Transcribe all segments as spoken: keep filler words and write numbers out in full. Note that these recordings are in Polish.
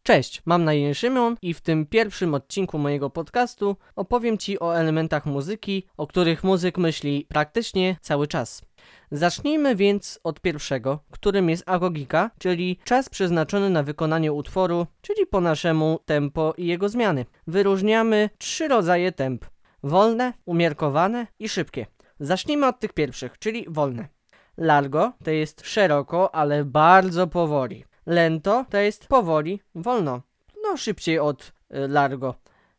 Cześć, mam na imię Szymon i w tym pierwszym odcinku mojego podcastu opowiem Ci o elementach muzyki, o których muzyk myśli praktycznie cały czas. Zacznijmy więc od pierwszego, którym jest agogika, czyli czas przeznaczony na wykonanie utworu, czyli po naszemu tempo i jego zmiany. Wyróżniamy trzy rodzaje temp: wolne, umiarkowane i szybkie. Zacznijmy od tych pierwszych, czyli wolne. Largo to jest szeroko, ale bardzo powoli. Lento to jest powoli, wolno, no szybciej od y, largo.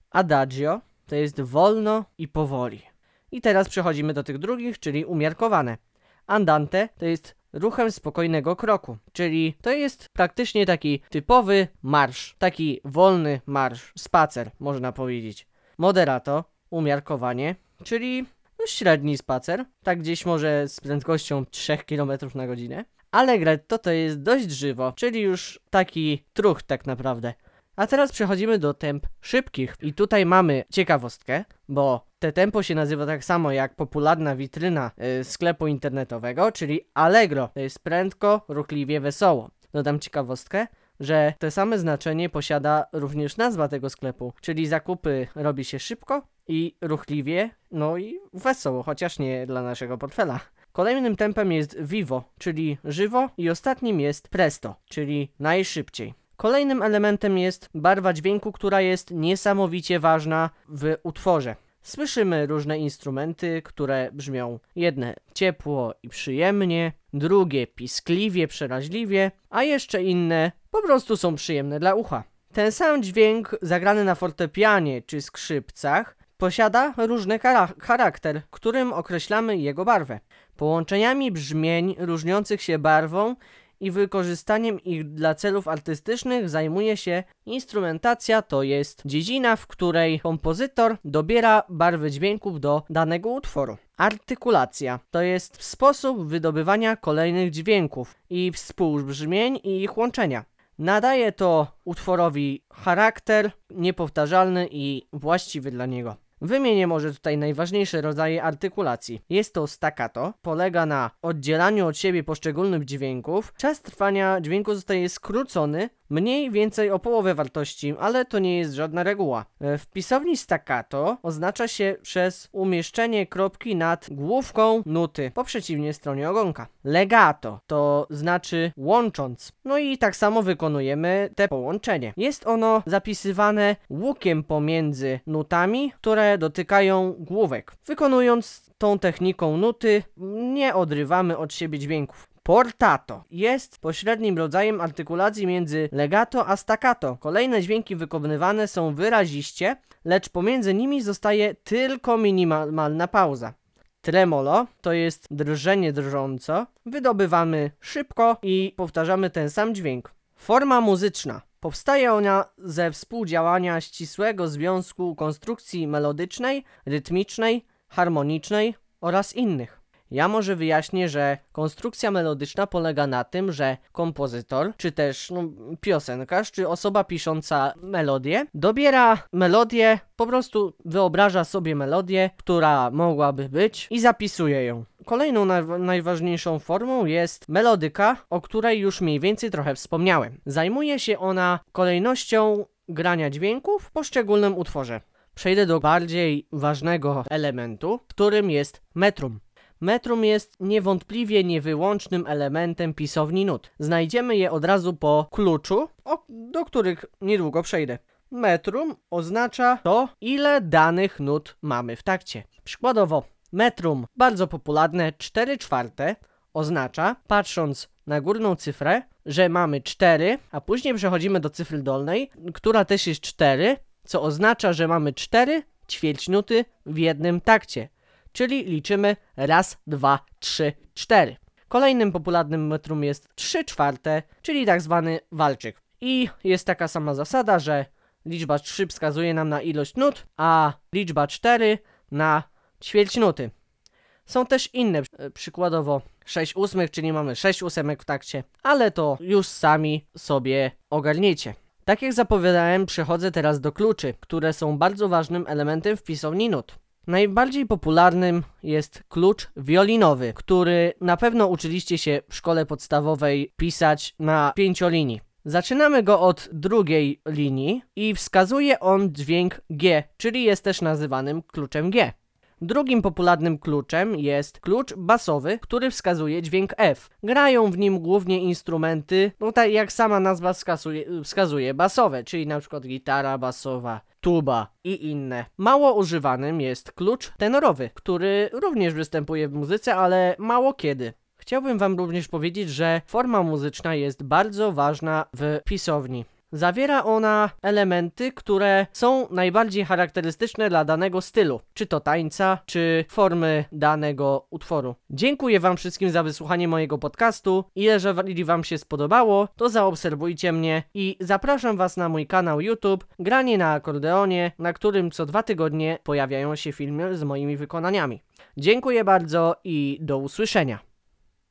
Adagio to jest wolno i powoli. I teraz przechodzimy do tych drugich, czyli umiarkowane. Andante to jest ruchem spokojnego kroku, czyli to jest praktycznie taki typowy marsz, taki wolny marsz, spacer można powiedzieć. Moderato, umiarkowanie, czyli no, średni spacer, tak gdzieś może z prędkością trzy kilometry na godzinę. Allegretto to jest dość żywo, czyli już taki truch tak naprawdę. A teraz przechodzimy do temp szybkich. I tutaj mamy ciekawostkę, bo te tempo się nazywa tak samo jak popularna witryna yy, sklepu internetowego, czyli Allegro. To jest prędko, ruchliwie, wesoło. Dodam ciekawostkę, że to same znaczenie posiada również nazwa tego sklepu, czyli zakupy robi się szybko i ruchliwie, no i wesoło, chociaż nie dla naszego portfela. Kolejnym tempem jest vivo, czyli żywo, i ostatnim jest presto, czyli najszybciej. Kolejnym elementem jest barwa dźwięku, która jest niesamowicie ważna w utworze. Słyszymy różne instrumenty, które brzmią jedne ciepło i przyjemnie, drugie piskliwie, przeraźliwie, a jeszcze inne po prostu są przyjemne dla ucha. Ten sam dźwięk zagrany na fortepianie czy skrzypcach posiada różny charakter, którym określamy jego barwę. Połączeniami brzmień różniących się barwą i wykorzystaniem ich dla celów artystycznych zajmuje się instrumentacja, to jest dziedzina, w której kompozytor dobiera barwy dźwięków do danego utworu. Artykulacja to jest sposób wydobywania kolejnych dźwięków i współbrzmień i ich łączenia. Nadaje to utworowi charakter niepowtarzalny i właściwy dla niego. Wymienię może tutaj najważniejsze rodzaje artykulacji. Jest to staccato, polega na oddzielaniu od siebie poszczególnych dźwięków. Czas trwania dźwięku zostaje skrócony mniej więcej o połowę wartości, ale to nie jest żadna reguła. W pisowni staccato oznacza się przez umieszczenie kropki nad główką nuty po przeciwnej stronie ogonka. Legato to znaczy łącząc. No i tak samo wykonujemy te połączenie. Jest ono zapisywane łukiem pomiędzy nutami, które dotykają główek. Wykonując tą techniką nuty, nie odrywamy od siebie dźwięków. Portato jest pośrednim rodzajem artykulacji między legato a staccato. Kolejne dźwięki wykonywane są wyraziście, lecz pomiędzy nimi zostaje tylko minimalna pauza. Tremolo to jest drżenie drżąco. Wydobywamy szybko i powtarzamy ten sam dźwięk. Forma muzyczna. Powstaje ona ze współdziałania ścisłego związku konstrukcji melodycznej, rytmicznej, harmonicznej oraz innych. Ja może wyjaśnię, że konstrukcja melodyczna polega na tym, że kompozytor, czy też no, piosenkarz, czy osoba pisząca melodię, dobiera melodię, po prostu wyobraża sobie melodię, która mogłaby być i zapisuje ją. Kolejną naj- najważniejszą formą jest melodyka, o której już mniej więcej trochę wspomniałem. Zajmuje się ona kolejnością grania dźwięków w poszczególnym utworze. Przejdę do bardziej ważnego elementu, którym jest metrum. Metrum jest niewątpliwie niewyłącznym elementem pisowni nut. Znajdziemy je od razu po kluczu, o, do których niedługo przejdę. Metrum oznacza to, ile danych nut mamy w takcie. Przykładowo, metrum, bardzo popularne, cztery czwarte, oznacza, patrząc na górną cyfrę, że mamy cztery, a później przechodzimy do cyfry dolnej, która też jest cztery, co oznacza, że mamy cztery ćwierćnuty w jednym takcie. Czyli liczymy raz, dwa, trzy, cztery. Kolejnym popularnym metrum jest trzy czwarte, czyli tak zwany walczyk. I jest taka sama zasada, że liczba trzy wskazuje nam na ilość nut, a liczba cztery na ćwierćnuty. Są też inne, przykładowo sześć ósmych, czyli mamy sześć ósemek w takcie, ale to już sami sobie ogarniecie. Tak jak zapowiadałem, przechodzę teraz do kluczy, które są bardzo ważnym elementem w pisowni nut. Najbardziej popularnym jest klucz wiolinowy, który na pewno uczyliście się w szkole podstawowej pisać na pięciolinii. Zaczynamy go od drugiej linii i wskazuje on dźwięk G, czyli jest też nazywanym kluczem G. Drugim popularnym kluczem jest klucz basowy, który wskazuje dźwięk F. Grają w nim głównie instrumenty, no tak jak sama nazwa wskazuje, wskazuje basowe, czyli na przykład gitara basowa, tuba i inne. Mało używanym jest klucz tenorowy, który również występuje w muzyce, ale mało kiedy. Chciałbym wam również powiedzieć, że forma muzyczna jest bardzo ważna w pisowni. Zawiera ona elementy, które są najbardziej charakterystyczne dla danego stylu, czy to tańca, czy formy danego utworu. Dziękuję wam wszystkim za wysłuchanie mojego podcastu i jeżeli wam się spodobało, to zaobserwujcie mnie i zapraszam was na mój kanał YouTube Granie na akordeonie, na którym co dwa tygodnie pojawiają się filmy z moimi wykonaniami. Dziękuję bardzo i do usłyszenia.